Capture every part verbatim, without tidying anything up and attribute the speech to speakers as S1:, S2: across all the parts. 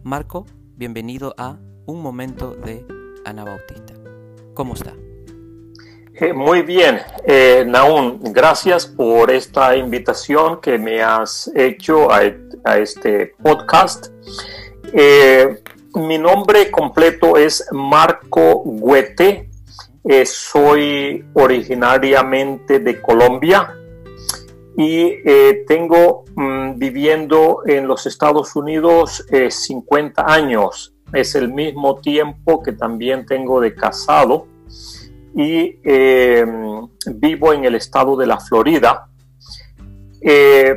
S1: Marco, bienvenido a Un Momento de Anabautista. ¿Cómo está?
S2: Eh, muy bien, eh, Nahum, gracias por esta invitación que me has hecho a, a este podcast. Eh, mi nombre completo es Marco Guete, eh, soy originariamente de Colombia y eh, tengo mm, viviendo en los Estados Unidos eh, cincuenta años. Es el mismo tiempo que también tengo de casado y eh, vivo en el estado de la Florida. Eh,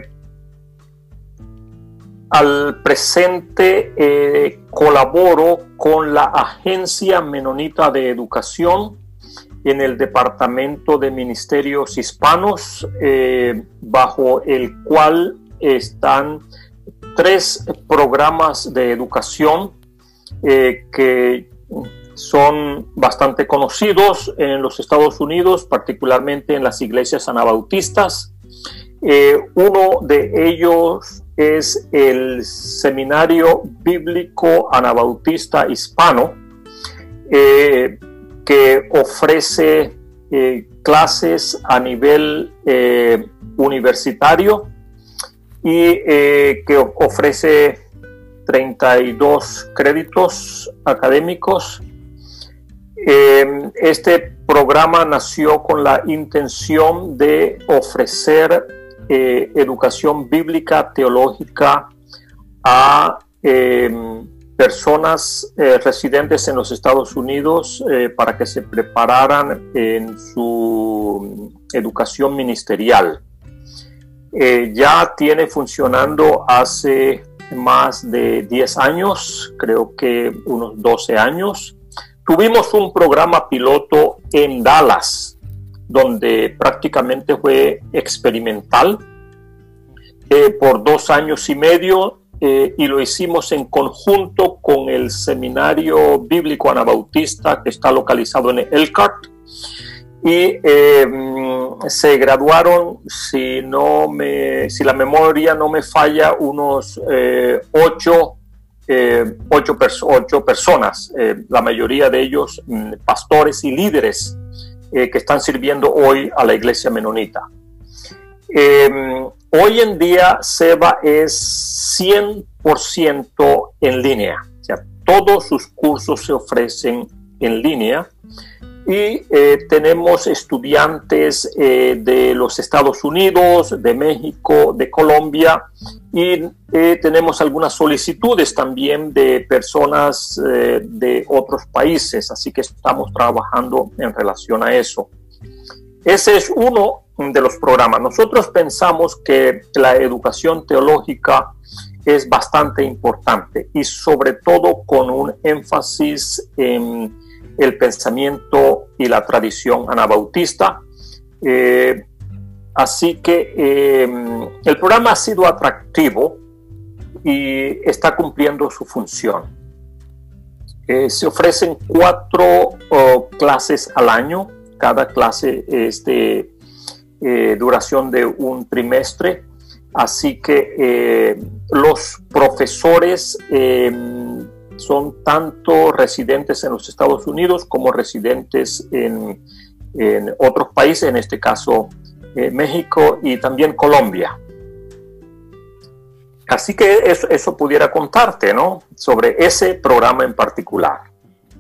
S2: al presente eh, colaboro con la Agencia Menonita de Educación en el Departamento de Ministerios Hispanos, eh, bajo el cual están tres programas de educación eh, que son bastante conocidos en los Estados Unidos, particularmente en las iglesias anabautistas. Eh, uno de ellos es el Seminario Bíblico Anabautista Hispano, eh, que ofrece eh, clases a nivel eh, universitario y eh, que ofrece treinta y dos créditos académicos. Eh, este programa nació con la intención de ofrecer eh, educación bíblica teológica a eh, personas eh, residentes en los Estados Unidos eh, para que se prepararan en su educación ministerial. Eh, ya tiene funcionando hace más de diez años, creo que unos doce años. Tuvimos un programa piloto en Dallas, donde prácticamente fue experimental eh, por dos años y medio. Eh, y lo hicimos en conjunto con el Seminario Bíblico Anabautista que está localizado en Elkhart, y eh, se graduaron, si, no me, si la memoria no me falla, unos eh, ocho, eh, ocho, pers- ocho personas, eh, la mayoría de ellos mm, pastores y líderes eh, que están sirviendo hoy a la iglesia menonita. Eh, hoy en día SEBA es cien por ciento en línea, o sea, todos sus cursos se ofrecen en línea y eh, tenemos estudiantes eh, de los Estados Unidos, de México, de Colombia, y eh, tenemos algunas solicitudes también de personas eh, de otros países, así que estamos trabajando en relación a eso. Ese es uno de los programas. Nosotros pensamos que la educación teológica es bastante importante y sobre todo con un énfasis en el pensamiento y la tradición anabautista. Eh, así que eh, el programa ha sido atractivo y está cumpliendo su función. Eh, se ofrecen cuatro oh, clases al año. Cada clase es de eh, duración de un trimestre, así que eh, los profesores eh, son tanto residentes en los Estados Unidos como residentes en, en otros países, en este caso eh, México y también Colombia. Así que eso, eso pudiera contarte, ¿no?, sobre ese programa en particular.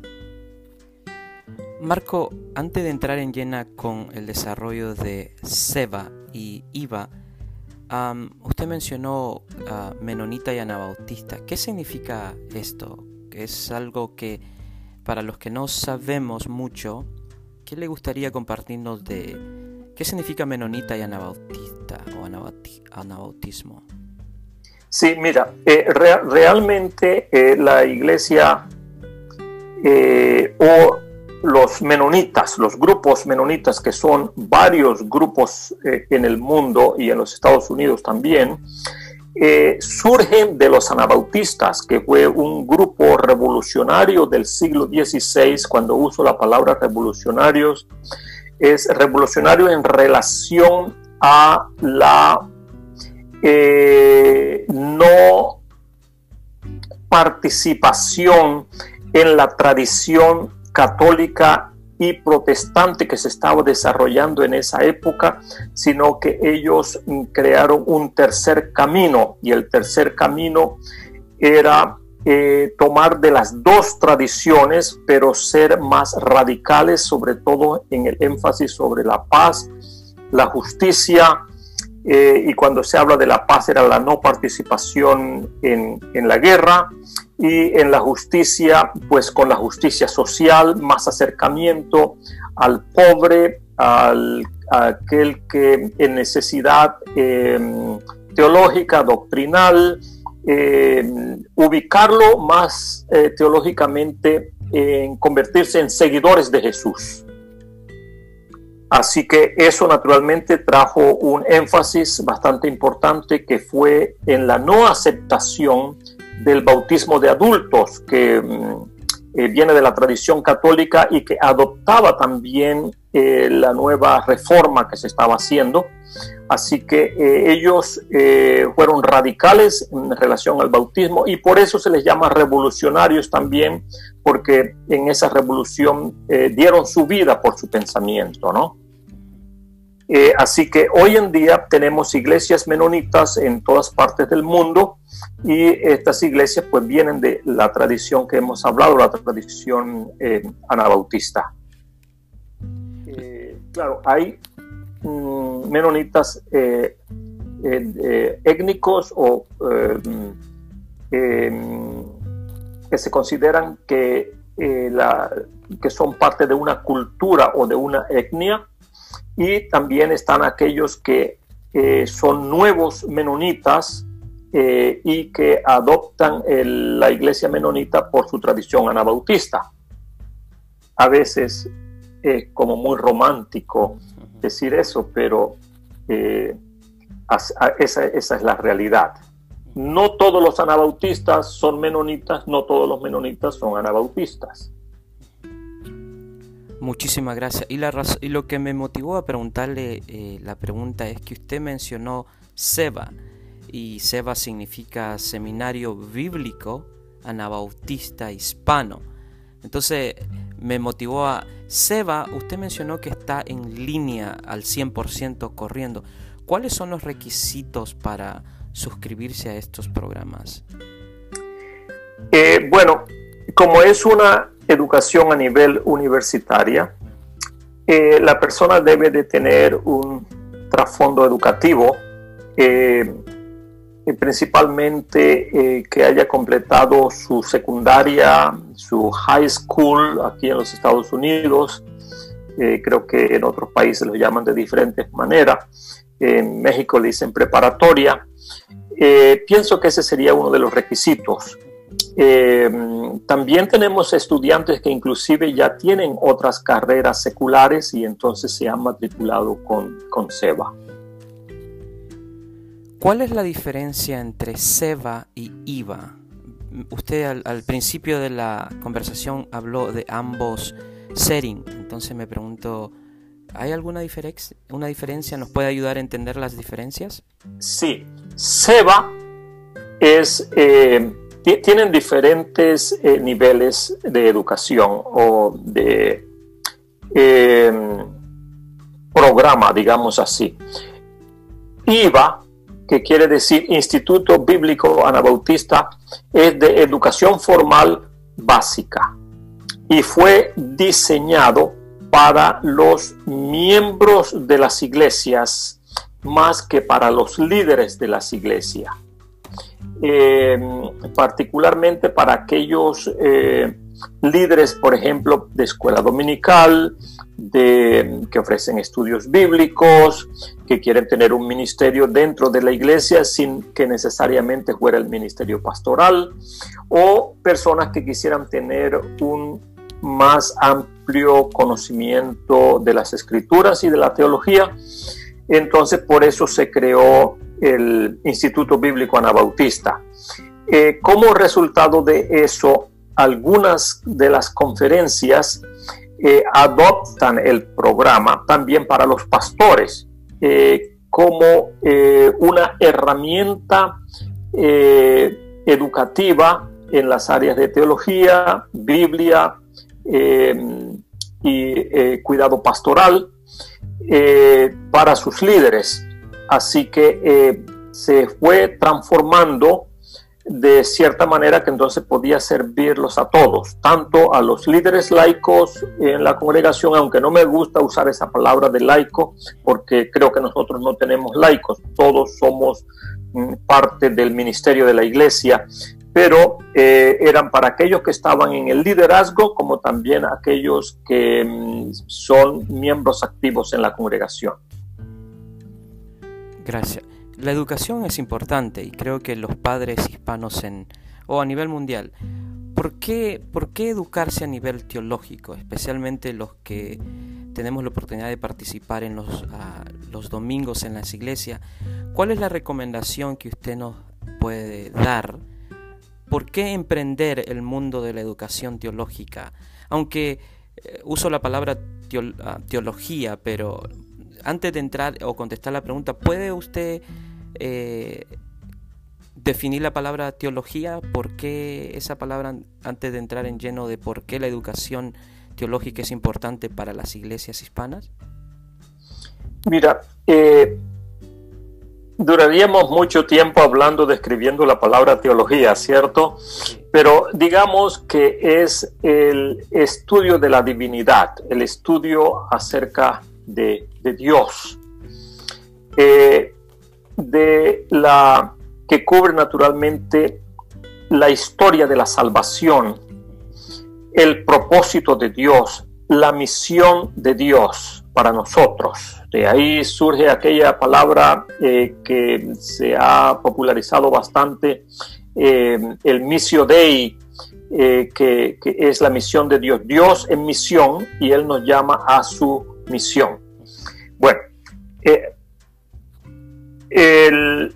S1: Marco, antes de entrar en llena con el desarrollo de SEBA y I V A, um, usted mencionó uh, menonita y anabautista. ¿Qué significa esto? Es algo que, para los que no sabemos mucho, ¿qué le gustaría compartirnos de qué significa menonita y anabautista o anabauti- anabautismo?
S2: Sí, mira, eh, re- realmente eh, la iglesia eh, o los menonitas, los grupos menonitas, que son varios grupos eh, en el mundo y en los Estados Unidos también, eh, surgen de los anabautistas, que fue un grupo revolucionario del siglo dieciséis. Cuando uso la palabra revolucionarios, es revolucionario en relación a la eh, no participación en la tradición católica y protestante que se estaba desarrollando en esa época, sino que ellos crearon un tercer camino, y el tercer camino era eh, tomar de las dos tradiciones, pero ser más radicales, sobre todo en el énfasis sobre la paz, la justicia, eh, y cuando se habla de la paz era la no participación en, en la guerra, y en la justicia, pues con la justicia social, más acercamiento al pobre, al, a aquel que en necesidad eh, teológica, doctrinal, eh, ubicarlo más eh, teológicamente en convertirse en seguidores de Jesús. Así que eso naturalmente trajo un énfasis bastante importante, que fue en la no aceptación del bautismo de adultos, que eh, viene de la tradición católica y que adoptaba también eh, la nueva reforma que se estaba haciendo. Así que eh, ellos eh, fueron radicales en relación al bautismo, y por eso se les llama revolucionarios también, porque en esa revolución eh, dieron su vida por su pensamiento, ¿no? Eh, así que hoy en día tenemos iglesias menonitas en todas partes del mundo, y estas iglesias pues vienen de la tradición que hemos hablado, la tradición eh, anabautista. Eh, claro, hay mm, menonitas eh, eh, eh, étnicos o eh, eh, que se consideran que, eh, la, que son parte de una cultura o de una etnia. Y también están aquellos que eh, son nuevos menonitas eh, y que adoptan el, la iglesia menonita por su tradición anabautista. A veces es eh, como muy romántico decir eso, pero eh, esa, esa es la realidad. No todos los anabautistas son menonitas, no todos los menonitas son anabautistas.
S1: Muchísimas gracias. Y, la raz- y lo que me motivó a preguntarle eh, la pregunta es que usted mencionó SEBA, y SEBA significa Seminario Bíblico Anabautista Hispano. Entonces me motivó a SEBA. Usted mencionó que está en línea al cien por ciento corriendo. ¿Cuáles son los requisitos para suscribirse a estos programas?
S2: Eh, bueno, como es una educación a nivel universitaria, eh, la persona debe de tener un trasfondo educativo, eh, y principalmente eh, que haya completado su secundaria, su high school aquí en los Estados Unidos. Eh, creo que en otros países lo llaman de diferentes maneras. En México le dicen preparatoria. Eh, pienso que ese sería uno de los requisitos. Eh, también tenemos estudiantes que inclusive ya tienen otras carreras seculares y entonces se han matriculado con, con SEBA.
S1: ¿Cuál es la diferencia entre SEBA y IVA? Usted al, al principio de la conversación habló de ambos settings, entonces me pregunto, ¿hay alguna diferencia? ¿Una diferencia? ¿Nos puede ayudar a entender las diferencias?
S2: Sí, SEBA es... Eh, tienen diferentes eh, niveles de educación o de eh, programa, digamos así. IVA, que quiere decir Instituto Bíblico Anabautista, es de educación formal básica y fue diseñado para los miembros de las iglesias más que para los líderes de las iglesias. Eh, particularmente para aquellos eh, líderes, por ejemplo, de escuela dominical, de, que ofrecen estudios bíblicos, que quieren tener un ministerio dentro de la iglesia sin que necesariamente fuera el ministerio pastoral, o personas que quisieran tener un más amplio conocimiento de las escrituras y de la teología. Entonces, por eso se creó el Instituto Bíblico Anabautista. Eh, como resultado de eso, algunas de las conferencias eh, adoptan el programa también para los pastores eh, como eh, una herramienta eh, educativa en las áreas de teología, Biblia eh, y eh, cuidado pastoral eh, para sus líderes. Así que eh, se fue transformando de cierta manera que entonces podía servirlos a todos, tanto a los líderes laicos en la congregación, aunque no me gusta usar esa palabra de laico, porque creo que nosotros no tenemos laicos, todos somos mm, parte del ministerio de la iglesia, pero eh, eran para aquellos que estaban en el liderazgo, como también aquellos que mm, son miembros activos en la congregación.
S1: Gracias. La educación es importante y creo que los padres hispanos en, o a nivel mundial, ¿por qué, ¿por qué educarse a nivel teológico? Especialmente los que tenemos la oportunidad de participar en los, uh, los domingos en las iglesias. ¿Cuál es la recomendación que usted nos puede dar? ¿Por qué emprender el mundo de la educación teológica? Aunque eh, uso la palabra teol, uh, teología, pero antes de entrar o contestar la pregunta, ¿puede usted eh, definir la palabra teología? ¿Por qué esa palabra, antes de entrar en lleno de por qué la educación teológica es importante para las iglesias hispanas?
S2: Mira, eh, duraríamos mucho tiempo hablando, describiendo la palabra teología, ¿cierto? Sí. Pero digamos que es el estudio de la divinidad, el estudio acerca de, de Dios, eh, de la que cubre naturalmente la historia de la salvación, el propósito de Dios, la misión de Dios para nosotros. De ahí surge aquella palabra eh, que se ha popularizado bastante, eh, el Missio Dei, eh, que, que es la misión de Dios. Dios en misión y Él nos llama a su misión. Bueno, eh, el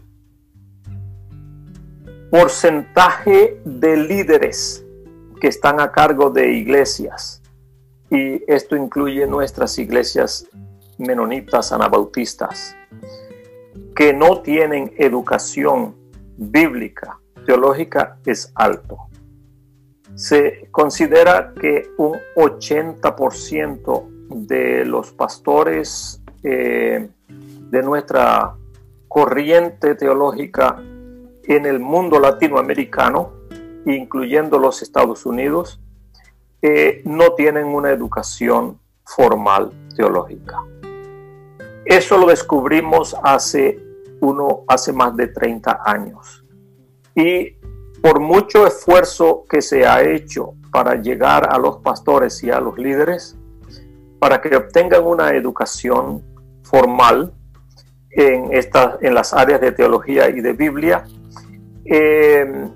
S2: porcentaje de líderes que están a cargo de iglesias, y esto incluye nuestras iglesias menonitas, anabautistas, que no tienen educación bíblica, teológica, es alto. Se considera que un ochenta por ciento de los pastores eh, de nuestra corriente teológica en el mundo latinoamericano, incluyendo los Estados Unidos, eh, no tienen una educación formal teológica. Eso lo descubrimos hace, uno, hace más de treinta años. Y por mucho esfuerzo que se ha hecho para llegar a los pastores y a los líderes, para que obtengan una educación formal en, esta, en las áreas de teología y de Biblia, eh,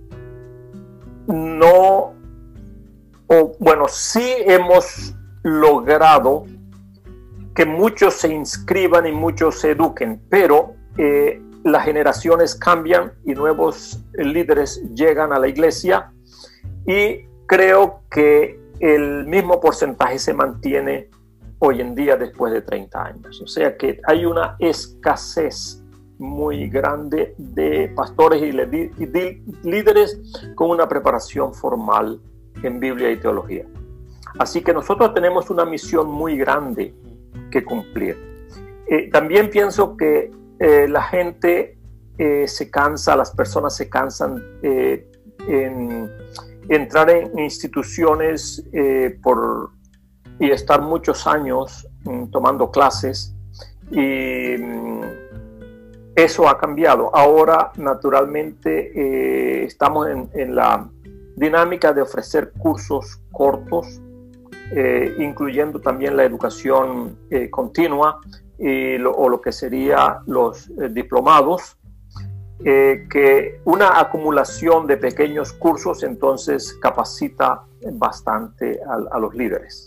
S2: no, o bueno, sí hemos logrado que muchos se inscriban y muchos se eduquen, pero eh, las generaciones cambian y nuevos líderes llegan a la iglesia, y creo que el mismo porcentaje se mantiene hoy en día después de treinta años. O sea que hay una escasez muy grande de pastores y líderes con una preparación formal en Biblia y teología. Así que nosotros tenemos una misión muy grande que cumplir. Eh, también pienso que eh, la gente eh, se cansa, las personas se cansan eh, en entrar en instituciones eh, por, y estar muchos años mm, tomando clases, y mm, eso ha cambiado. Ahora naturalmente eh, estamos en, en la dinámica de ofrecer cursos cortos, eh, incluyendo también la educación eh, continua y lo, o lo que sería los eh, diplomados, eh, que una acumulación de pequeños cursos entonces capacita bastante a, a los líderes.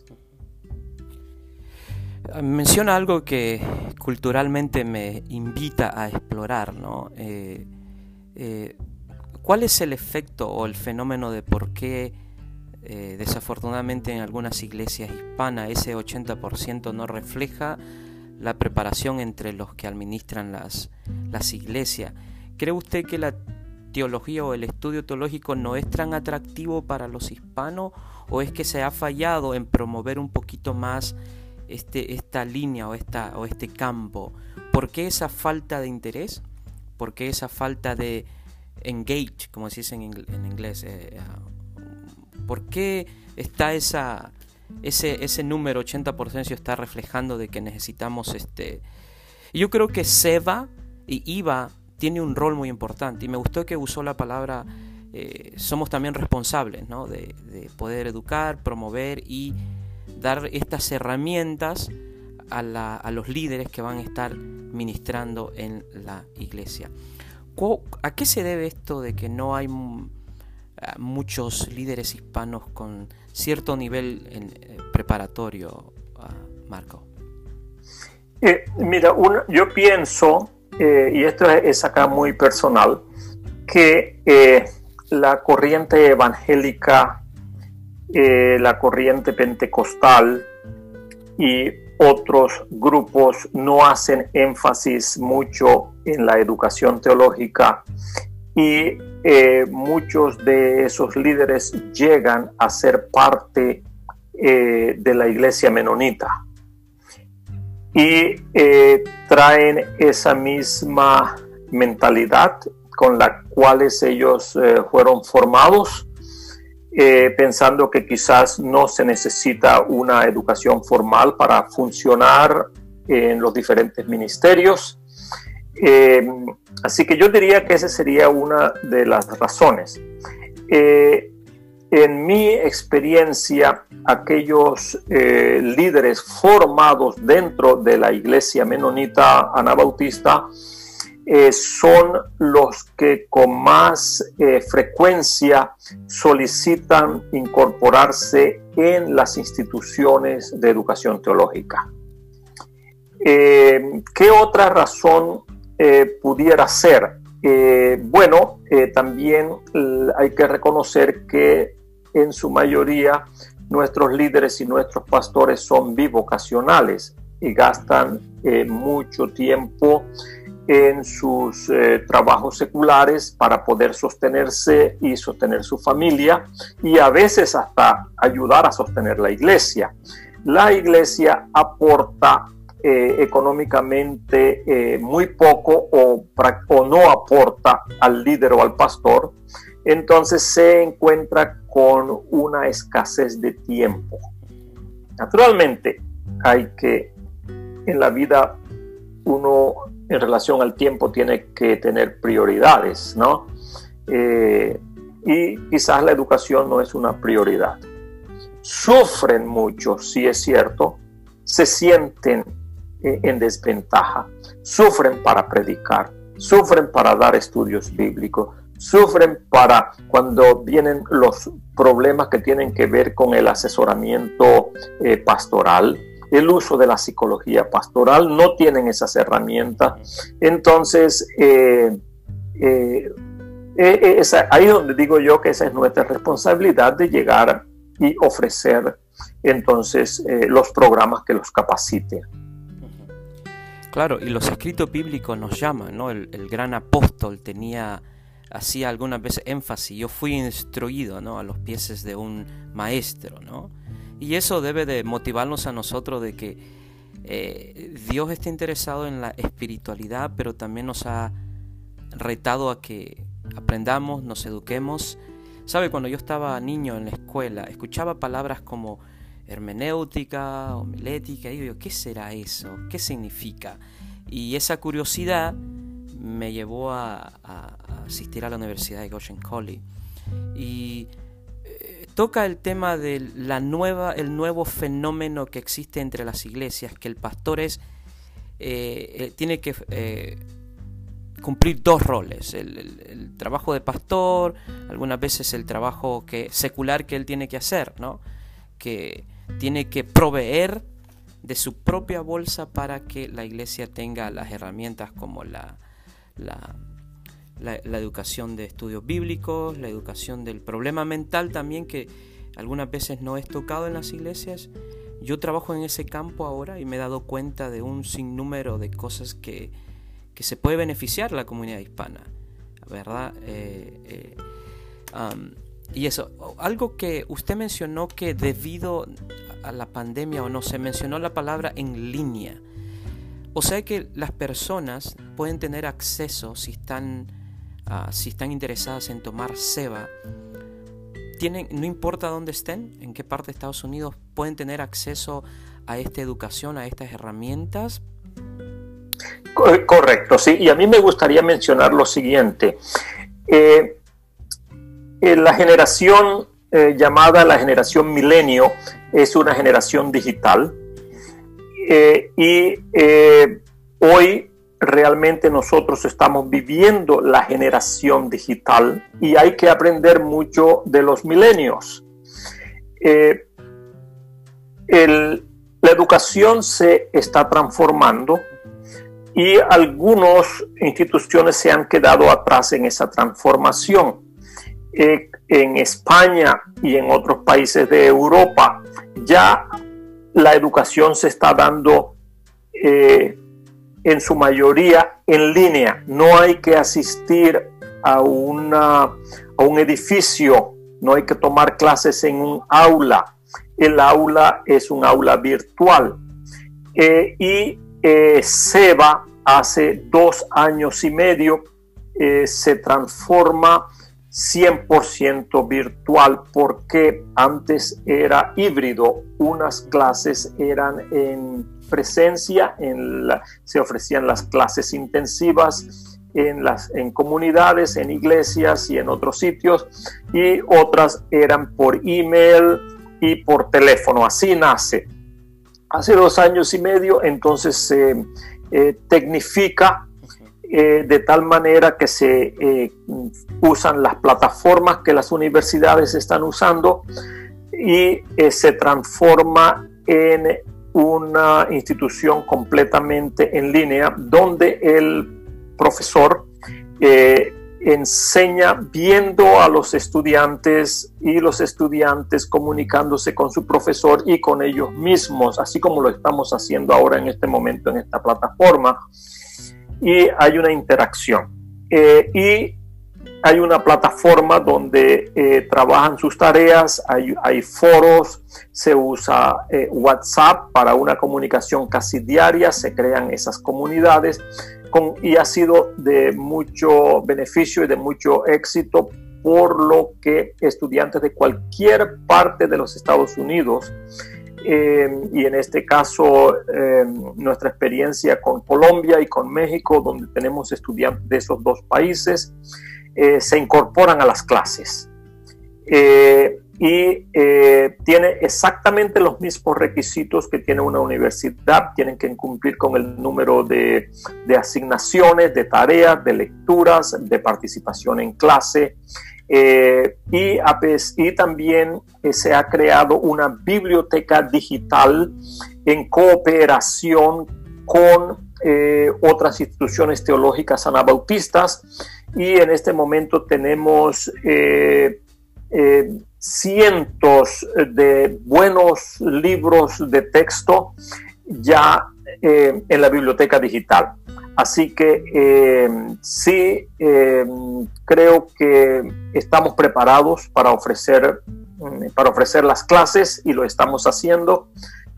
S1: Menciona algo que culturalmente me invita a explorar, ¿no? Eh, eh, ¿Cuál es el efecto o el fenómeno de por qué eh, desafortunadamente en algunas iglesias hispanas ese ochenta por ciento no refleja la preparación entre los que administran las, las iglesias? ¿Cree usted que la teología o el estudio teológico no es tan atractivo para los hispanos, o es que se ha fallado en promover un poquito más este, esta línea o, esta, o este campo? ¿Por qué esa falta de interés? ¿Por qué esa falta de engage, como se dice en, ingl- en inglés? Eh, ¿Por qué está esa, ese, ese número ochenta por ciento está reflejando de que necesitamos este... Yo creo que SEVA y IVA tiene un rol muy importante, y me gustó que usó la palabra eh, somos también responsables, ¿no? de, de poder educar, promover y dar estas herramientas a, la, a los líderes que van a estar ministrando en la iglesia. ¿A qué se debe esto de que no hay m- muchos líderes hispanos con cierto nivel en, eh, preparatorio, uh, Marco?
S2: Eh, mira, un, yo pienso, eh, y esto es, es acá muy personal, que eh, la corriente evangélica, eh, la corriente pentecostal y otros grupos no hacen énfasis mucho en la educación teológica, y eh, muchos de esos líderes llegan a ser parte eh, de la iglesia menonita y eh, traen esa misma mentalidad con la cual ellos eh, fueron formados, Eh, pensando que quizás no se necesita una educación formal para funcionar en los diferentes ministerios. Eh, así que yo diría que esa sería una de las razones. Eh, en mi experiencia, aquellos eh, líderes formados dentro de la iglesia menonita anabautista Eh, son los que con más eh, frecuencia solicitan incorporarse en las instituciones de educación teológica. Eh, ¿Qué otra razón eh, pudiera ser? Eh, bueno, eh, también eh, hay que reconocer que en su mayoría nuestros líderes y nuestros pastores son bivocacionales y gastan eh, mucho tiempo en sus eh, trabajos seculares para poder sostenerse y sostener su familia, y a veces hasta ayudar a sostener la iglesia. La iglesia aporta eh, económicamente eh, muy poco o, o no aporta al líder o al pastor, entonces se encuentra con una escasez de tiempo. Naturalmente, hay que, en la vida, uno en relación al tiempo tiene que tener prioridades, ¿no? Eh, y quizás la educación no es una prioridad. Sufren mucho, sí es cierto, se sienten eh, en desventaja, sufren para predicar, sufren para dar estudios bíblicos, sufren para cuando vienen los problemas que tienen que ver con el asesoramiento eh, pastoral, el uso de la psicología pastoral, no tienen esas herramientas. Entonces, eh, eh, eh, esa, ahí es donde digo yo que esa es nuestra responsabilidad de llegar y ofrecer entonces eh, los programas que los capaciten.
S1: Claro, y los escritos bíblicos nos llaman, ¿no? El, el gran apóstol tenía, hacía algunas veces énfasis: yo fui instruido, ¿no?, a los pies de un maestro, ¿no? Y eso debe de motivarnos a nosotros de que eh, Dios está interesado en la espiritualidad, pero también nos ha retado a que aprendamos, nos eduquemos. ¿Sabe? Cuando yo estaba niño en la escuela, escuchaba palabras como hermenéutica, homilética, y digo, ¿qué será eso? ¿Qué significa? Y esa curiosidad me llevó a, a, a asistir a la Universidad de Goshen College. Y toca el tema de la nueva, el nuevo fenómeno que existe entre las iglesias, que el pastor es, eh, tiene que eh, cumplir dos roles: el, el, el trabajo de pastor, algunas veces el trabajo que, secular que él tiene que hacer, ¿no? Que tiene que proveer de su propia bolsa para que la iglesia tenga las herramientas como la, la La, la educación de estudios bíblicos, la educación del problema mental también, que algunas veces no es tocado en las iglesias. Yo trabajo en ese campo ahora y me he dado cuenta de un sinnúmero de cosas que, que se puede beneficiar la comunidad hispana. ¿verdad? Eh, eh, um, y eso, algo que usted mencionó que debido a la pandemia, o no, se mencionó la palabra en línea. O sea que las personas pueden tener acceso, si están, uh, si están interesadas en tomar SEVA, tienen, no importa dónde estén, en qué parte de Estados Unidos, pueden tener acceso a esta educación, a estas herramientas.
S2: Correcto, sí. Y a mí me gustaría mencionar lo siguiente. Eh, eh, la generación eh, llamada la generación milenio es una generación digital. Eh, y eh, hoy realmente nosotros estamos viviendo la generación digital y hay que aprender mucho de los milenios. Eh, el, la educación se está transformando y algunas instituciones se han quedado atrás en esa transformación. Eh, en España y en otros países de Europa ya la educación se está dando eh, en su mayoría en línea. No hay que asistir a, una, a un edificio, no hay que tomar clases en un aula. El aula es un aula virtual. Eh, y eh, SEVA hace dos años y medio eh, se transforma cien por ciento virtual, porque antes era híbrido. Unas clases eran en presencia, en la, se ofrecían las clases intensivas en, las, en comunidades, en iglesias y en otros sitios, y otras eran por email y por teléfono. Así nace. Hace dos años y medio entonces se eh, eh, tecnifica Eh, de tal manera que se eh, usan las plataformas que las universidades están usando y eh, se transforma en una institución completamente en línea donde el profesor eh, enseña viendo a los estudiantes y los estudiantes comunicándose con su profesor y con ellos mismos, así como lo estamos haciendo ahora en este momento en esta plataforma. Y hay una interacción eh, y hay una plataforma donde eh, trabajan sus tareas, hay, hay foros, se usa eh, WhatsApp para una comunicación casi diaria, se crean esas comunidades con, y ha sido de mucho beneficio y de mucho éxito, por lo que estudiantes de cualquier parte de los Estados Unidos Eh, y en este caso eh, nuestra experiencia con Colombia y con México, donde tenemos estudiantes de esos dos países, eh, se incorporan a las clases eh, y eh, tiene exactamente los mismos requisitos que tiene una universidad. Tienen que cumplir con el número de, de asignaciones, de tareas, de lecturas, de participación en clase. Eh, y, y también eh, se ha creado una biblioteca digital en cooperación con eh, otras instituciones teológicas anabautistas, y en este momento tenemos eh, eh, cientos de buenos libros de texto ya eh, en la biblioteca digital. Así que eh, sí, eh, creo que estamos preparados para ofrecer, para ofrecer las clases, y lo estamos haciendo.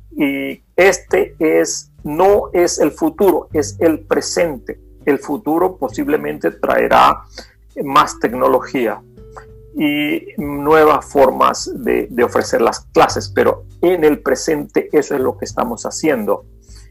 S2: Y este es, no es el futuro, es el presente. El futuro posiblemente traerá más tecnología y nuevas formas de, de ofrecer las clases, pero en el presente eso es lo que estamos haciendo.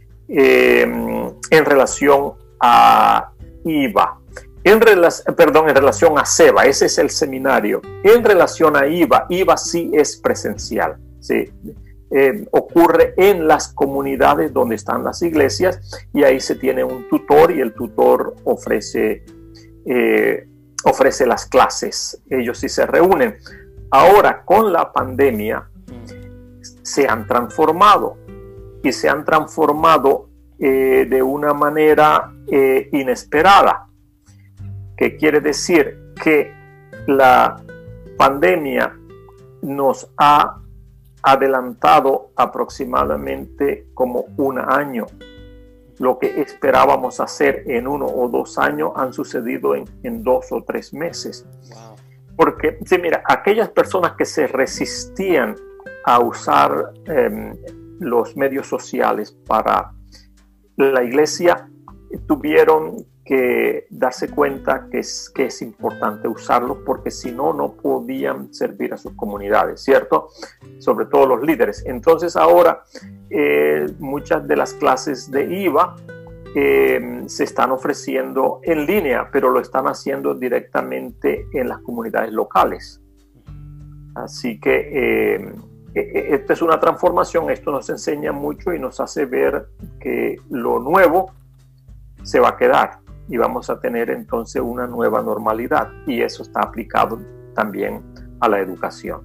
S2: Eh, en relación a I V A, en relación, perdón, en relación a SEVA, ese es el seminario. En relación a I V A, I V A sí es presencial, sí. Eh, ocurre en las comunidades donde están las iglesias, y ahí se tiene un tutor y el tutor ofrece, eh, ofrece las clases. Ellos sí se reúnen. Ahora, con la pandemia, se han transformado. Y se han transformado eh, de una manera eh, inesperada. ¿Qué quiere decir? Que la pandemia nos ha adelantado aproximadamente como un año lo que esperábamos hacer en uno o dos años han sucedido en, en dos o tres meses. Wow. Porque, sí, mira, aquellas personas que se resistían a usar eh, los medios sociales para la iglesia tuvieron que darse cuenta que es, que es importante usarlos, porque si no, no podían servir a sus comunidades, ¿cierto? Sobre todo los líderes. Entonces ahora eh, muchas de las clases de I V A eh, se están ofreciendo en línea, pero lo están haciendo directamente en las comunidades locales. Así que eh, esta es una transformación, esto nos enseña mucho y nos hace ver que lo nuevo se va a quedar y vamos a tener entonces una nueva normalidad, y eso está aplicado también a la educación.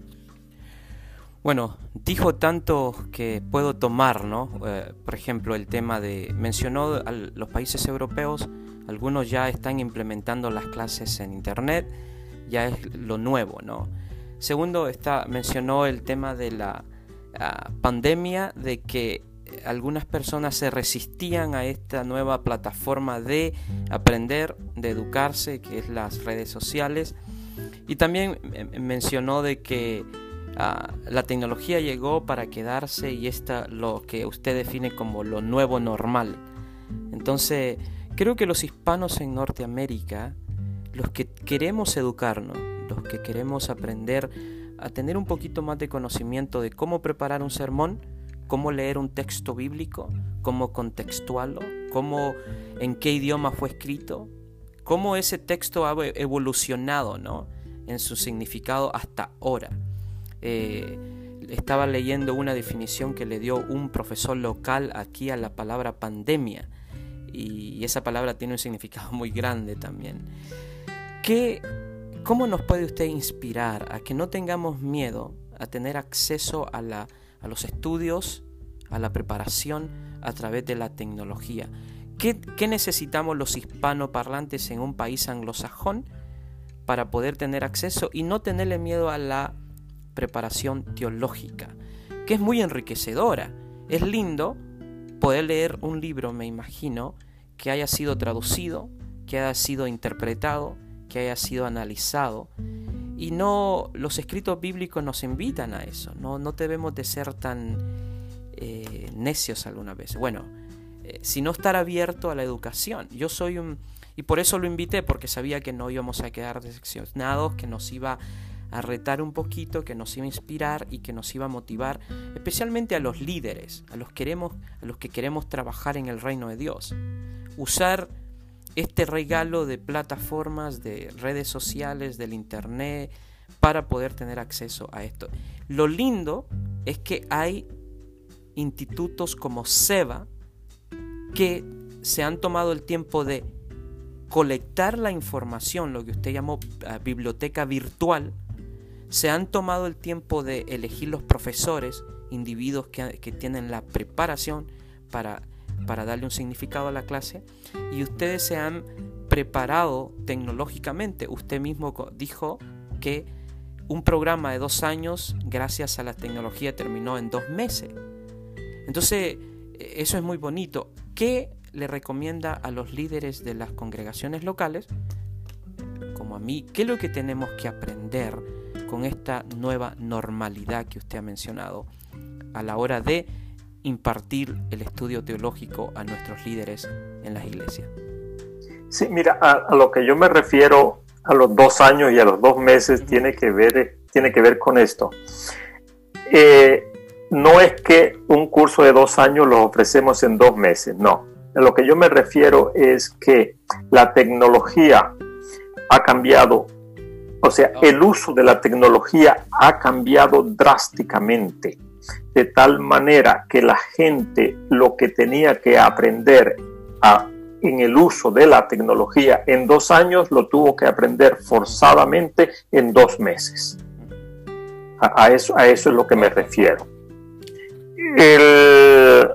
S1: Bueno, dijo tanto que puedo tomar, ¿no? Eh, por ejemplo, el tema de, mencionó a los países europeos, algunos ya están implementando las clases en internet, ya es lo nuevo, ¿no? Segundo, está, mencionó el tema de la uh, pandemia, de que algunas personas se resistían a esta nueva plataforma de aprender, de educarse, que es las redes sociales. Y también mencionó de que uh, la tecnología llegó para quedarse y esta lo que usted define como lo nuevo normal. Entonces, creo que los hispanos en Norteamérica, los que queremos educarnos, los que queremos aprender a tener un poquito más de conocimiento de cómo preparar un sermón, cómo leer un texto bíblico, cómo contextuarlo, cómo, en qué idioma fue escrito, cómo ese texto ha evolucionado, ¿no?, en su significado hasta ahora. Eh, estaba leyendo una definición que le dio un profesor local aquí a la palabra pandemia, y esa palabra tiene un significado muy grande también. ¿Qué, ¿Cómo nos puede usted inspirar a que no tengamos miedo a tener acceso a la a los estudios, a la preparación a través de la tecnología? ¿Qué, qué necesitamos los hispanoparlantes en un país anglosajón para poder tener acceso y no tenerle miedo a la preparación teológica, que es muy enriquecedora? Es lindo poder leer un libro, me imagino, que haya sido traducido, que haya sido interpretado, que haya sido analizado. Y no, los escritos bíblicos nos invitan a eso, no, no debemos de ser tan eh, necios alguna vez. Bueno, eh, sino estar abierto a la educación. Yo soy un, y por eso lo invité, porque sabía que no íbamos a quedar decepcionados, que nos iba a retar un poquito, que nos iba a inspirar y que nos iba a motivar, especialmente a los líderes, a los, queremos, a los que queremos trabajar en el reino de Dios. Usar este regalo de plataformas, de redes sociales, del internet, para poder tener acceso a esto. Lo lindo es que hay institutos como SEVA que se han tomado el tiempo de colectar la información, lo que usted llamó uh, biblioteca virtual. Se han tomado el tiempo de elegir los profesores, individuos que, que tienen la preparación para para darle un significado a la clase, y ustedes se han preparado tecnológicamente. Usted mismo dijo que un programa de dos años, gracias a la tecnología, terminó en dos meses. Entonces, eso es muy bonito. ¿Qué le recomienda a los líderes de las congregaciones locales, como a mí, qué es lo que tenemos que aprender con esta nueva normalidad que usted ha mencionado a la hora de impartir el estudio teológico a nuestros líderes en las iglesias?
S2: Sí, mira, a, a lo que yo me refiero a los dos años y a los dos meses, uh-huh. tiene que ver, tiene que ver con esto. Eh, no es que un curso de dos años lo ofrecemos en dos meses, no. A lo que yo me refiero es que la tecnología ha cambiado, o sea, oh. el uso de la tecnología ha cambiado drásticamente, de tal manera que la gente lo que tenía que aprender a, en el uso de la tecnología en dos años lo tuvo que aprender forzadamente en dos meses. A, a, eso, a eso es lo que me refiero. El,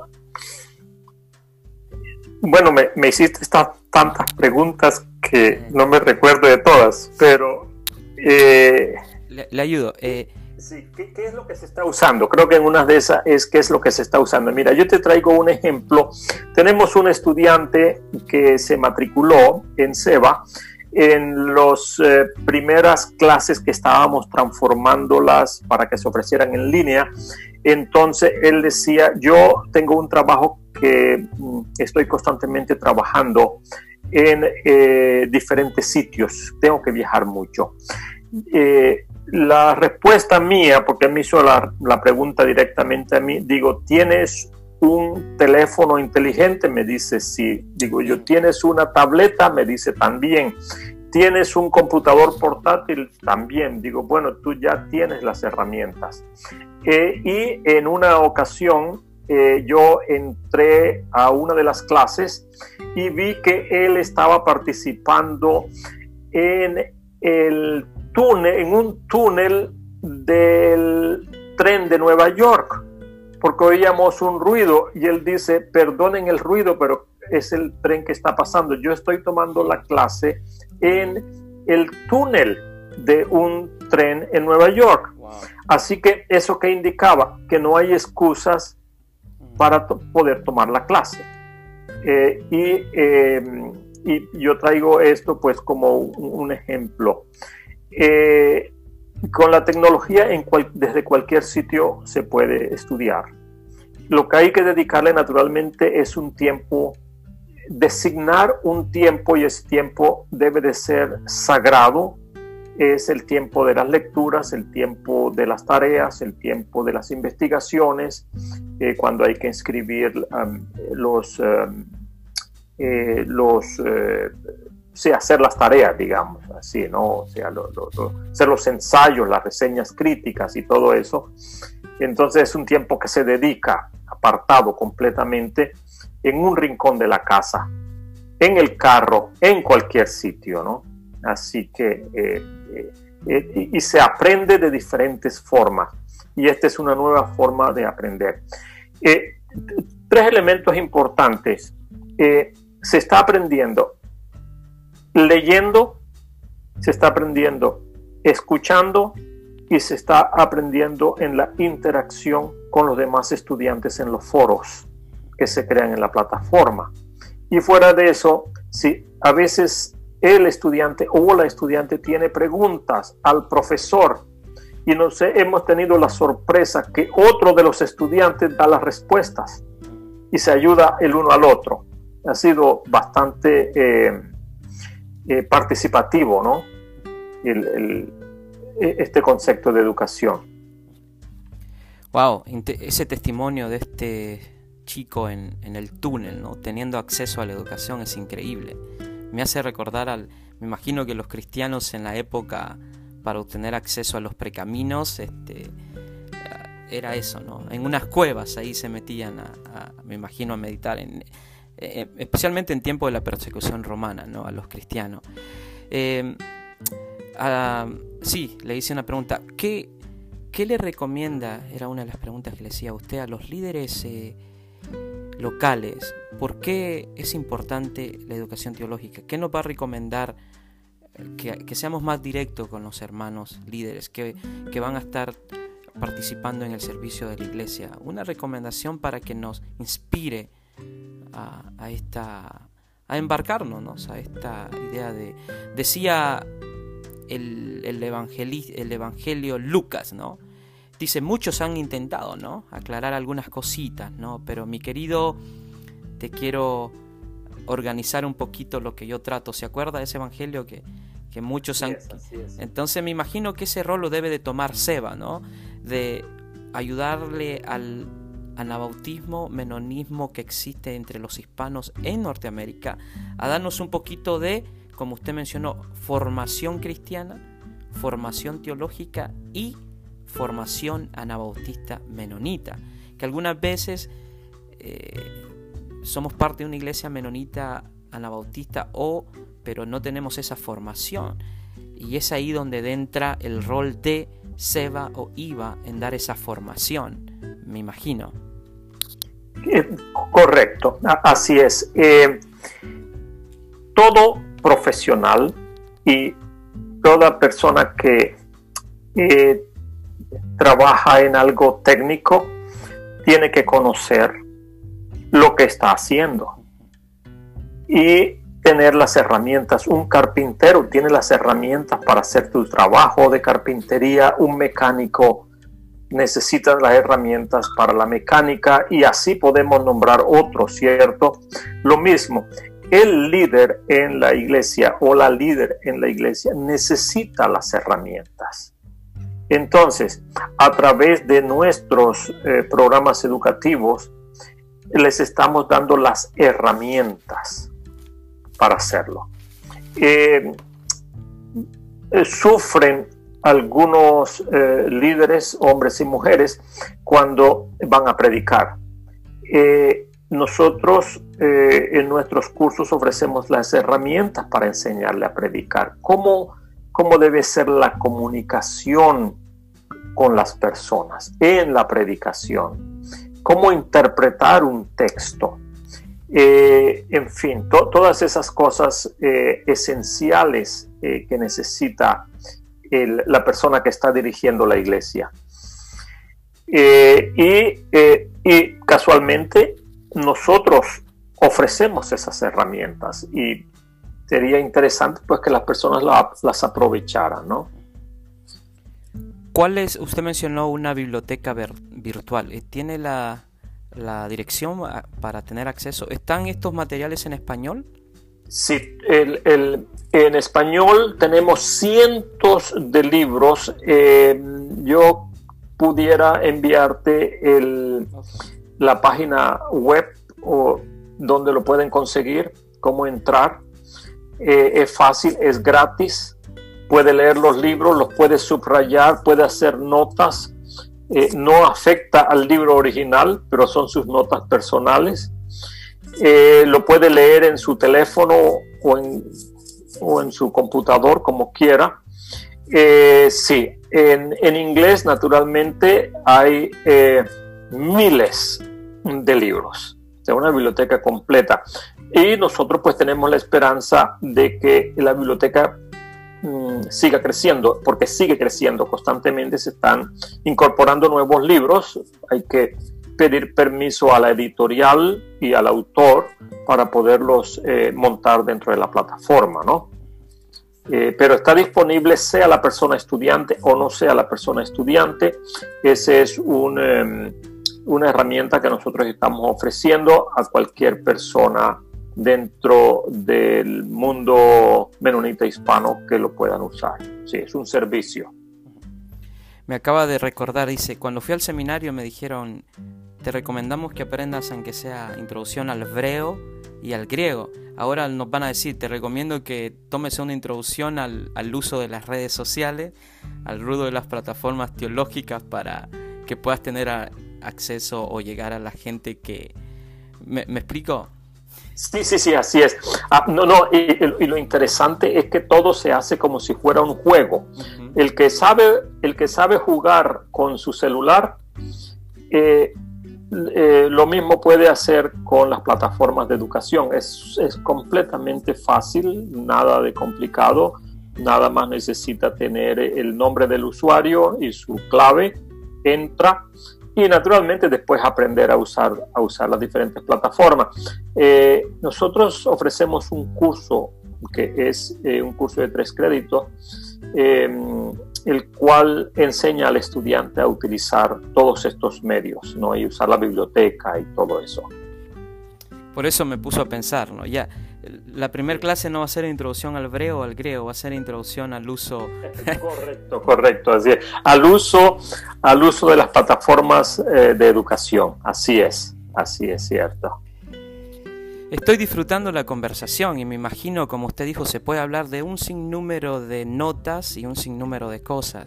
S2: bueno, me, me hiciste estas tantas preguntas que no me recuerdo de todas, pero... Eh,
S1: le, le ayudo. Eh,
S2: Sí, ¿qué, ¿qué es lo que se está usando? Creo que en una de esas es qué es lo que se está usando. Mira, yo te traigo un ejemplo. Tenemos un estudiante que se matriculó en SEBA en las eh, primeras clases que estábamos transformándolas para que se ofrecieran en línea. Entonces él decía, yo tengo un trabajo que mm, estoy constantemente trabajando en eh, diferentes sitios, tengo que viajar mucho. Eh, la respuesta mía, porque me hizo la, la pregunta directamente a mí, digo, ¿tienes un teléfono inteligente? Me dice sí. Digo yo, ¿tienes una tableta? Me dice también. ¿Tienes un computador portátil? También. Digo, bueno, tú ya tienes las herramientas. Eh, y en una ocasión eh, yo entré a una de las clases y vi que él estaba participando en el túnel, en un túnel del tren de Nueva York, porque oíamos un ruido y él dice, perdonen el ruido, pero es el tren que está pasando. Yo estoy tomando la clase en el túnel de un tren en Nueva York. Wow. Así que eso que indicaba que no hay excusas para to- poder tomar la clase. Eh, y, eh, y yo traigo esto pues como un, un ejemplo. Eh, con la tecnología en cual, desde cualquier sitio se puede estudiar. Lo que hay que dedicarle naturalmente es un tiempo, designar un tiempo, y ese tiempo debe de ser sagrado. Es el tiempo de las lecturas, el tiempo de las tareas, el tiempo de las investigaciones, eh, cuando hay que escribir um, los, um, eh, los eh, sí, hacer las tareas, digamos, así, ¿no? O sea, lo, lo, lo, hacer los ensayos, las reseñas críticas y todo eso. Entonces es un tiempo que se dedica, apartado completamente, en un rincón de la casa, en el carro, en cualquier sitio, ¿no? Así que, eh, eh, eh, y se aprende de diferentes formas, y esta es una nueva forma de aprender. Eh, tres elementos importantes. Eh, se está aprendiendo leyendo, se está aprendiendo escuchando y se está aprendiendo en la interacción con los demás estudiantes en los foros que se crean en la plataforma. Y fuera de eso, si a veces el estudiante o la estudiante tiene preguntas al profesor y no sé, hemos tenido la sorpresa que otro de los estudiantes da las respuestas y se ayuda el uno al otro. Ha sido bastante eh, eh, participativo, ¿no? El, el, este concepto de educación.
S1: Wow, ese testimonio de este chico en, en el túnel, ¿no? Teniendo acceso a la educación es increíble. Me hace recordar al, me imagino que los cristianos en la época, para obtener acceso a los precaminos, este, era eso, ¿no? En unas cuevas ahí se metían a, a me imagino, a meditar, en, eh, especialmente en tiempo de la persecución romana, ¿no? A los cristianos. Eh, a, sí, le hice una pregunta. ¿Qué, qué le recomienda? Era una de las preguntas que le hacía a usted a los líderes eh, locales. ¿Por qué es importante la educación teológica? ¿Qué nos va a recomendar? Que, que seamos más directos con los hermanos líderes que, que van a estar participando en el servicio de la iglesia. Una recomendación para que nos inspire a, a esta a embarcarnos, ¿no? A esta idea de, decía el, el, evangeli, el evangelio Lucas, ¿no? Dice, muchos han intentado, ¿no? Aclarar algunas cositas, ¿no? Pero mi querido, te quiero organizar un poquito lo que yo trato. ¿Se acuerda de ese evangelio que, que muchos han... Así es, así es. Entonces me imagino que ese rol lo debe de tomar Seba, ¿no? De ayudarle al anabautismo, menonismo que existe entre los hispanos en Norteamérica, a darnos un poquito de, como usted mencionó, formación cristiana, formación teológica y formación anabautista menonita, que algunas veces eh, somos parte de una iglesia menonita anabautista, o pero no tenemos esa formación, y es ahí donde entra el rol de Seba o Iva en dar esa formación, me imagino.
S2: Eh, correcto, así es. Eh, todo profesional y toda persona que eh, trabaja en algo técnico, tiene que conocer lo que está haciendo y tener las herramientas. Un carpintero tiene las herramientas para hacer tu trabajo de carpintería, un mecánico necesita las herramientas para la mecánica, y así podemos nombrar otros, ¿cierto? Lo mismo, el líder en la iglesia o la líder en la iglesia necesita las herramientas. Entonces, a través de nuestros eh, programas educativos, les estamos dando las herramientas para hacerlo. Eh, eh, sufren algunos eh, líderes, hombres y mujeres, cuando van a predicar. Eh, nosotros eh, en nuestros cursos ofrecemos las herramientas para enseñarle a predicar. ¿Cómo, cómo debe ser la comunicación con las personas en la predicación? ¿Cómo interpretar un texto? Eh, en fin, to, todas esas cosas eh, esenciales eh, que necesita el, la persona que está dirigiendo la iglesia. Eh, y, eh, y casualmente nosotros ofrecemos esas herramientas, y sería interesante pues que las personas la, las aprovecharan, ¿no?
S1: ¿Cuál es? Usted mencionó una biblioteca ver, virtual. ¿Tiene la, la dirección para tener acceso? ¿Están estos materiales en español?
S2: Sí, el, el, en español tenemos cientos de libros. Eh, yo pudiera enviarte el, la página web o donde lo pueden conseguir, cómo entrar. Eh, es fácil, es gratis. Puede leer los libros, los puede subrayar, puede hacer notas. Eh, no afecta al libro original, pero son sus notas personales. Eh, lo puede leer en su teléfono o en, o en su computador, como quiera. Eh, sí, en, en inglés, naturalmente, hay eh, miles de libros. O sea, una biblioteca completa. Y nosotros pues tenemos la esperanza de que la biblioteca siga creciendo, porque sigue creciendo constantemente. Se están incorporando nuevos libros. Hay que pedir permiso a la editorial y al autor para poderlos eh, montar dentro de la plataforma, ¿no? Eh, pero está disponible, sea la persona estudiante o no sea la persona estudiante. Esa es un, eh, una herramienta que nosotros estamos ofreciendo a cualquier persona dentro del mundo menonita hispano que lo puedan usar. Sí, es un servicio.
S1: Me acaba de recordar, dice, cuando fui al seminario me dijeron, te recomendamos que aprendas aunque sea introducción al hebreo y al griego. Ahora nos van a decir, te recomiendo que tomes una introducción al, al uso de las redes sociales, al rudo de las plataformas teológicas, para que puedas tener a, acceso o llegar a la gente que... ¿Me, me explico?
S2: Sí, sí, sí, así es. Ah, no, no, y, y lo interesante es que todo se hace como si fuera un juego. Uh-huh. El que sabe, el que sabe jugar con su celular, eh, eh, lo mismo puede hacer con las plataformas de educación. Es, es completamente fácil, nada de complicado. Nada más necesita tener el nombre del usuario y su clave, entra. Y naturalmente después aprender a usar, a usar las diferentes plataformas. Eh, nosotros ofrecemos un curso que es eh, un curso de tres créditos, eh, el cual enseña al estudiante a utilizar todos estos medios, ¿no? Y usar la biblioteca y todo eso.
S1: Por eso me puso a pensar, ¿no? Ya, la primera clase no va a ser introducción al hebreo o al griego, va a ser introducción al uso...
S2: Correcto, correcto. Así es. Al uso, al uso de las plataformas eh, de educación. Así es, así es cierto.
S1: Estoy disfrutando la conversación y me imagino, como usted dijo, se puede hablar de un sinnúmero de notas y un sinnúmero de cosas.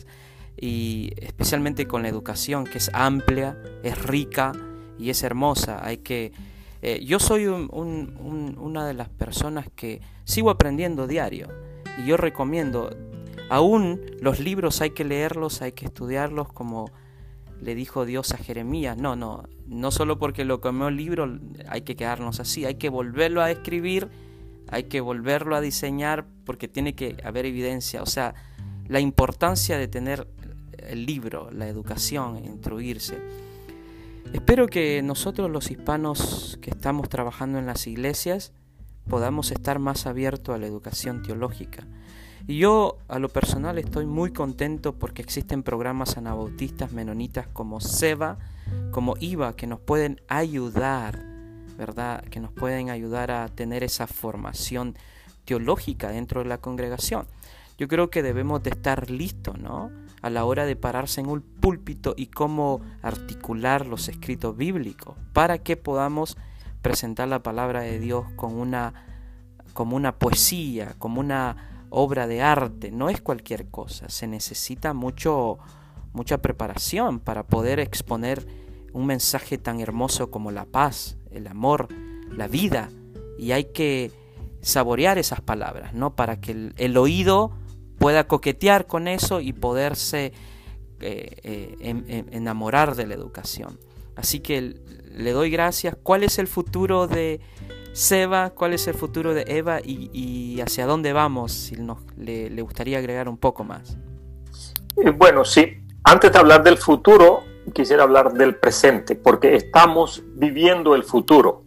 S1: Y especialmente con la educación, que es amplia, es rica y es hermosa. Hay que... Eh, yo soy un, un, un, una de las personas que sigo aprendiendo diario, y yo recomiendo, aún los libros hay que leerlos, hay que estudiarlos, como le dijo Dios a Jeremías. No, no, no solo porque lo comió el libro hay que quedarnos así, hay que volverlo a escribir, hay que volverlo a diseñar, porque tiene que haber evidencia. O sea, la importancia de tener el libro, la educación, instruirse. Espero que nosotros los hispanos que estamos trabajando en las iglesias podamos estar más abiertos a la educación teológica. Y yo, a lo personal, estoy muy contento porque existen programas anabautistas menonitas como SEVA, como IVA, que nos pueden ayudar, ¿verdad? Que nos pueden ayudar a tener esa formación teológica dentro de la congregación. Yo creo que debemos de estar listos, ¿no?, a la hora de pararse en un púlpito y cómo articular los escritos bíblicos para que podamos presentar la palabra de Dios con una, como una poesía, como una obra de arte. No es cualquier cosa, se necesita mucho, mucha preparación para poder exponer un mensaje tan hermoso como la paz, el amor, la vida, y hay que saborear esas palabras, ¿no?, para que el, el oído pueda coquetear con eso y poderse eh, eh, en, en, enamorar de la educación. Así que le doy gracias. ¿Cuál es el futuro de SEVA? ¿Cuál es el futuro de EVA? ¿Y, y hacia dónde vamos? Si nos, le, le gustaría agregar un poco más.
S2: Eh, bueno, sí. Antes de hablar del futuro, quisiera hablar del presente, porque estamos viviendo el futuro.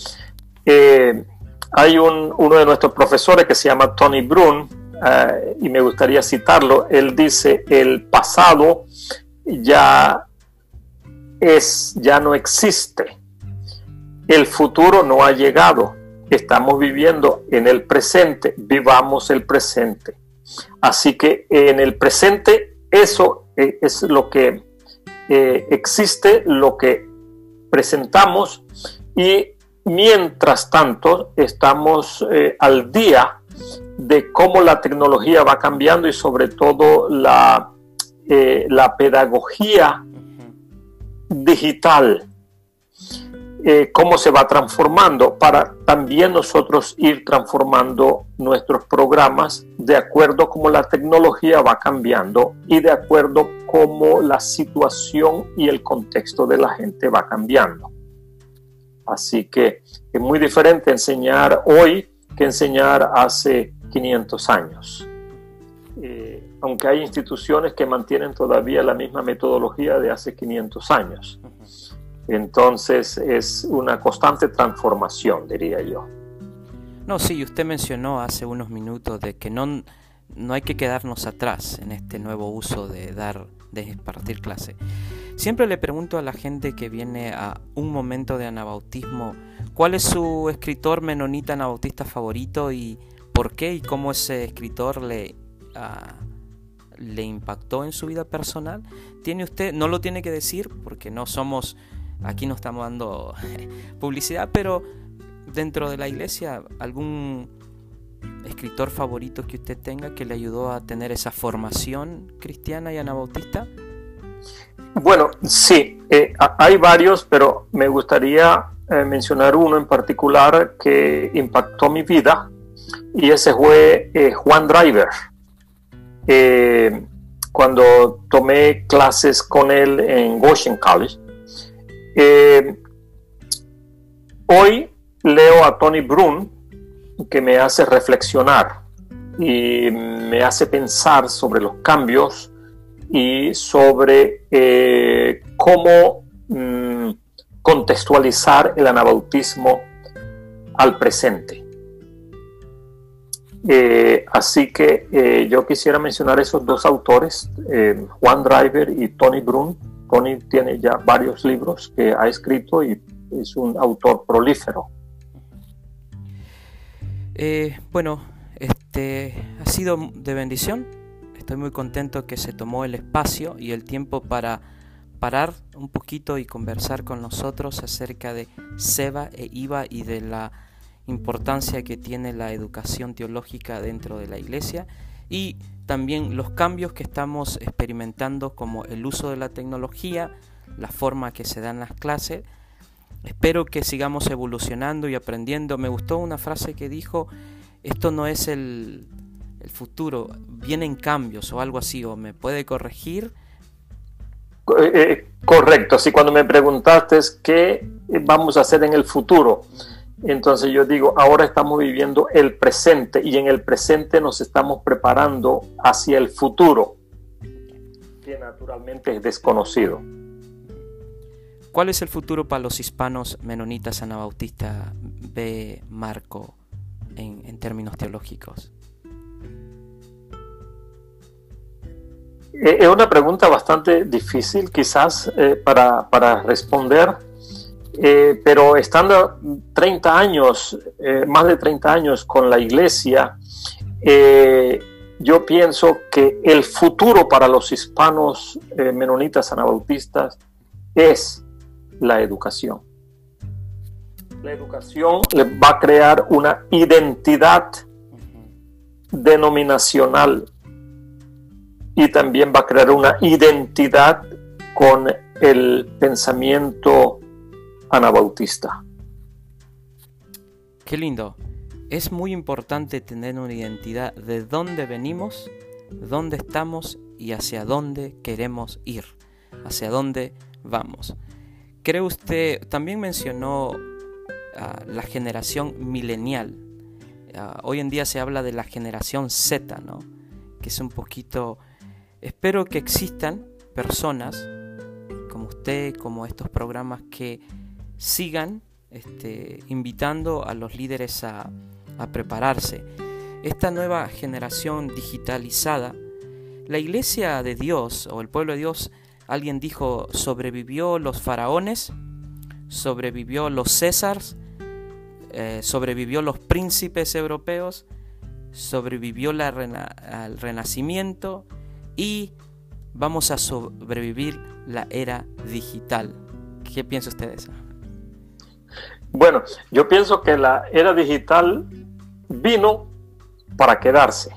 S2: Eh, hay un, uno de nuestros profesores que se llama Tony Brun, Uh, y me gustaría citarlo. Él dice: el pasado ya es, ya no existe, el futuro no ha llegado, estamos viviendo en el presente, vivamos el presente. Así que en el presente eso eh, es lo que eh, existe, lo que presentamos, y mientras tanto estamos eh, al día de cómo la tecnología va cambiando y sobre todo la, eh, la pedagogía digital, eh, cómo se va transformando, para también nosotros ir transformando nuestros programas de acuerdo a cómo la tecnología va cambiando y de acuerdo a cómo la situación y el contexto de la gente va cambiando. Así que es muy diferente enseñar hoy que enseñar hace quinientos años. Eh, aunque hay instituciones que mantienen todavía la misma metodología de hace quinientos años. Entonces es una constante transformación, diría yo.
S1: No, sí, usted mencionó hace unos minutos de que no, no hay que quedarnos atrás en este nuevo uso de dar, de impartir clase. Siempre le pregunto a la gente que viene a un momento de anabautismo, ¿cuál es su escritor menonita anabautista favorito y por qué, y cómo ese escritor le, uh, le impactó en su vida personal? ¿Tiene usted, no lo tiene que decir porque no somos, aquí no estamos dando publicidad, pero dentro de la iglesia, algún escritor favorito que usted tenga que le ayudó a tener esa formación cristiana y anabautista?
S2: Bueno, sí, eh, hay varios, pero me gustaría eh, mencionar uno en particular que impactó mi vida, y ese fue eh, Juan Driver. Eh, cuando tomé clases con él en Goshen College, eh, hoy leo a Tony Brun, que me hace reflexionar y me hace pensar sobre los cambios y sobre eh, cómo mm, contextualizar el anabautismo al presente. Eh, así que eh, yo quisiera mencionar esos dos autores, eh, Juan Driver y Tony Brun. Tony tiene ya varios libros que ha escrito y es un autor prolífero.
S1: Eh, bueno, este ha sido de bendición. Estoy muy contento que se tomó el espacio y el tiempo para parar un poquito y conversar con nosotros acerca de SEVA e IVA y de la importancia que tiene la educación teológica dentro de la iglesia, y también los cambios que estamos experimentando como el uso de la tecnología, la forma que se dan las clases. Espero que sigamos evolucionando y aprendiendo. Me gustó una frase que dijo: esto no es el, el futuro, vienen cambios o algo así, o me puede corregir.
S2: Eh, correcto, sí, cuando me preguntaste qué vamos a hacer en el futuro, entonces yo digo, ahora estamos viviendo el presente y en el presente nos estamos preparando hacia el futuro. naturalmente es desconocido.
S1: ¿Cuál es el futuro para los hispanos menonitas anabautistas, ve Marco, en, en términos teológicos?
S2: Es una pregunta bastante difícil quizás eh, para, para responder, eh, pero estando treinta años, eh, más de treinta años con la iglesia, eh, yo pienso que el futuro para los hispanos eh, menonitas anabautistas es la educación. La educación les va a crear una identidad denominacional y también va a crear una identidad con el pensamiento anabautista.
S1: Qué lindo. Es muy importante tener una identidad de dónde venimos, dónde estamos y hacia dónde queremos ir, hacia dónde vamos. ¿Cree usted, también mencionó uh, la generación milenial? Uh, hoy en día se habla de la generación Z, ¿no? Que es un poquito... Espero que existan personas como usted, como estos programas, que sigan este, invitando a los líderes a, a prepararse. Esta nueva generación digitalizada, la iglesia de Dios o el pueblo de Dios, alguien dijo, sobrevivió los faraones, sobrevivió los césares, eh, sobrevivió los príncipes europeos, sobrevivió la rena- el renacimiento y vamos a sobrevivir la era digital. ¿Qué piensa usted de eso?
S2: Bueno, yo pienso que la era digital vino para quedarse.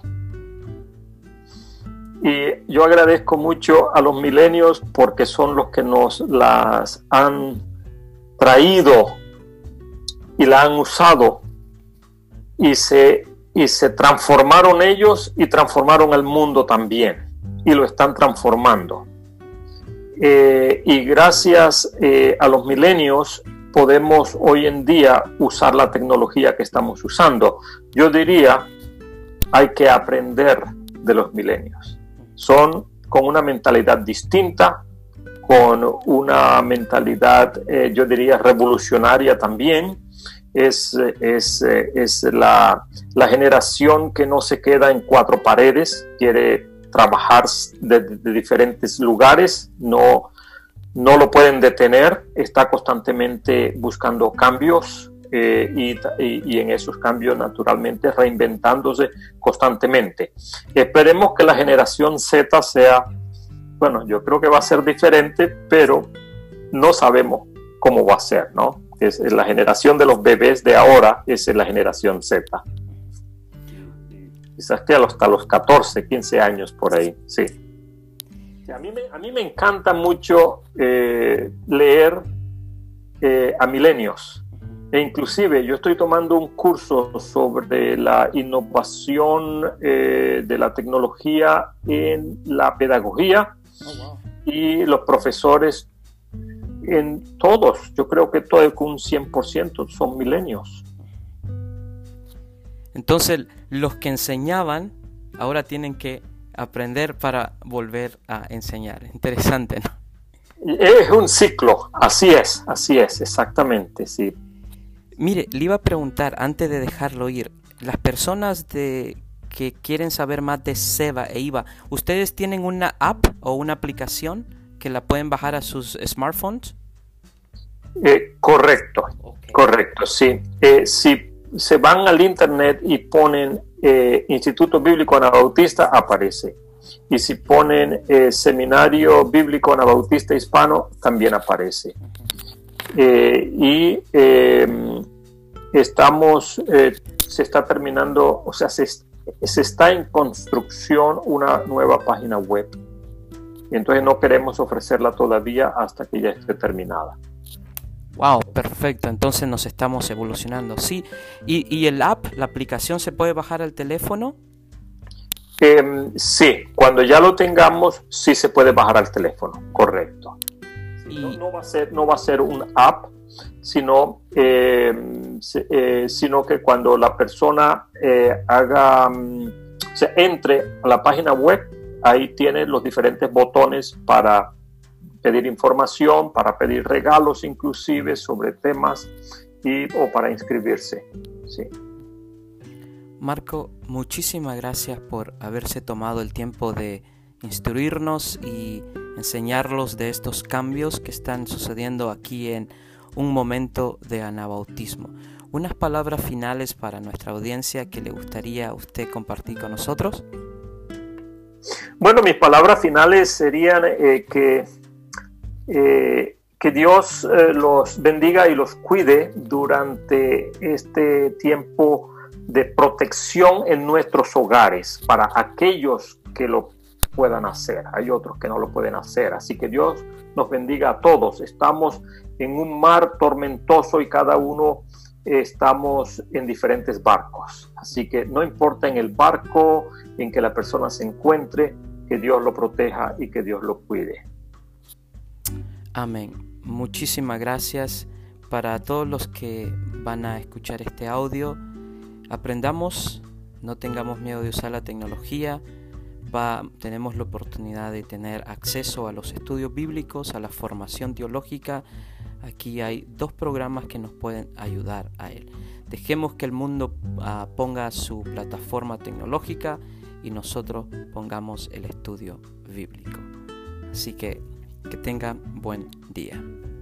S2: Y yo agradezco mucho a los milenios porque son los que nos las han traído y la han usado y se, y se transformaron ellos y transformaron el mundo también y lo están transformando. Eh, y gracias eh, a los milenios podemos hoy en día usar la tecnología que estamos usando. Yo diría, hay que aprender de los milenios. Son con una mentalidad distinta, con una mentalidad, eh, yo diría, revolucionaria también. Es, es, es la, la generación que no se queda en cuatro paredes, quiere trabajar de, de diferentes lugares, no, no lo pueden detener, está constantemente buscando cambios eh, y, y, y en esos cambios naturalmente reinventándose constantemente. Esperemos que la generación Z sea, bueno, yo creo que va a ser diferente, pero no sabemos cómo va a ser, ¿no? Es, es la generación de los bebés de ahora, esa es la generación Z. Quizás que hasta los catorce, quince años por ahí, sí. A mí me, a mí me encanta mucho eh, leer eh, a milenios. E inclusive yo estoy tomando un curso sobre la innovación eh, de la tecnología en la pedagogía. Oh, wow. Y los profesores, en todos, yo creo que todo un cien por ciento son milenios.
S1: Entonces los que enseñaban ahora tienen que aprender para volver a enseñar. Interesante, ¿no?
S2: Es un ciclo, así es, así es, exactamente, sí.
S1: Mire, le iba a preguntar, antes de dejarlo ir, las personas de, que quieren saber más de SEVA e IVA, ¿ustedes tienen una app o una aplicación que la pueden bajar a sus smartphones?
S2: Eh, correcto, okay. correcto, sí. Eh, si se van al internet y ponen eh, Instituto Bíblico Anabautista, aparece. Y si ponen eh, Seminario Bíblico Anabautista Hispano, también aparece. Eh, y eh, estamos, eh, se está terminando, o sea, se, se está en construcción una nueva página web. Y entonces no queremos ofrecerla todavía hasta que ya esté terminada.
S1: Wow, perfecto. Entonces nos estamos evolucionando. Sí. ¿Y, y el app, la aplicación, se puede bajar al teléfono?
S2: Eh, sí, cuando ya lo tengamos, sí se puede bajar al teléfono, correcto. Y... No, no, va a ser, no va a ser un app, sino, eh, se, eh, sino que cuando la persona eh, haga, um, se entre a la página web, ahí tiene los diferentes botones para pedir información, para pedir regalos inclusive sobre temas y, o para inscribirse. Sí.
S1: Marco, muchísimas gracias por haberse tomado el tiempo de instruirnos y enseñarlos de estos cambios que están sucediendo aquí en un momento de anabautismo. Unas palabras finales para nuestra audiencia que le gustaría a usted compartir con nosotros.
S2: Bueno, mis palabras finales serían eh, que, eh, que Dios eh, los bendiga y los cuide durante este tiempo de protección en nuestros hogares para aquellos que lo puedan hacer. Hay otros que no lo pueden hacer, así que Dios nos bendiga a todos. Estamos en un mar tormentoso y cada uno eh, estamos en diferentes barcos, así que no importa en el barco en que la persona se encuentre, que Dios lo proteja y que Dios lo cuide.
S1: Amén. Muchísimas gracias. Para todos los que van a escuchar este audio, aprendamos, no tengamos miedo de usar la tecnología. Va, tenemos la oportunidad de tener acceso a los estudios bíblicos, a la formación teológica. Aquí hay dos programas que nos pueden ayudar a él. Dejemos que el mundo uh, ponga su plataforma tecnológica y nosotros pongamos el estudio bíblico. Así que que tengan buen día.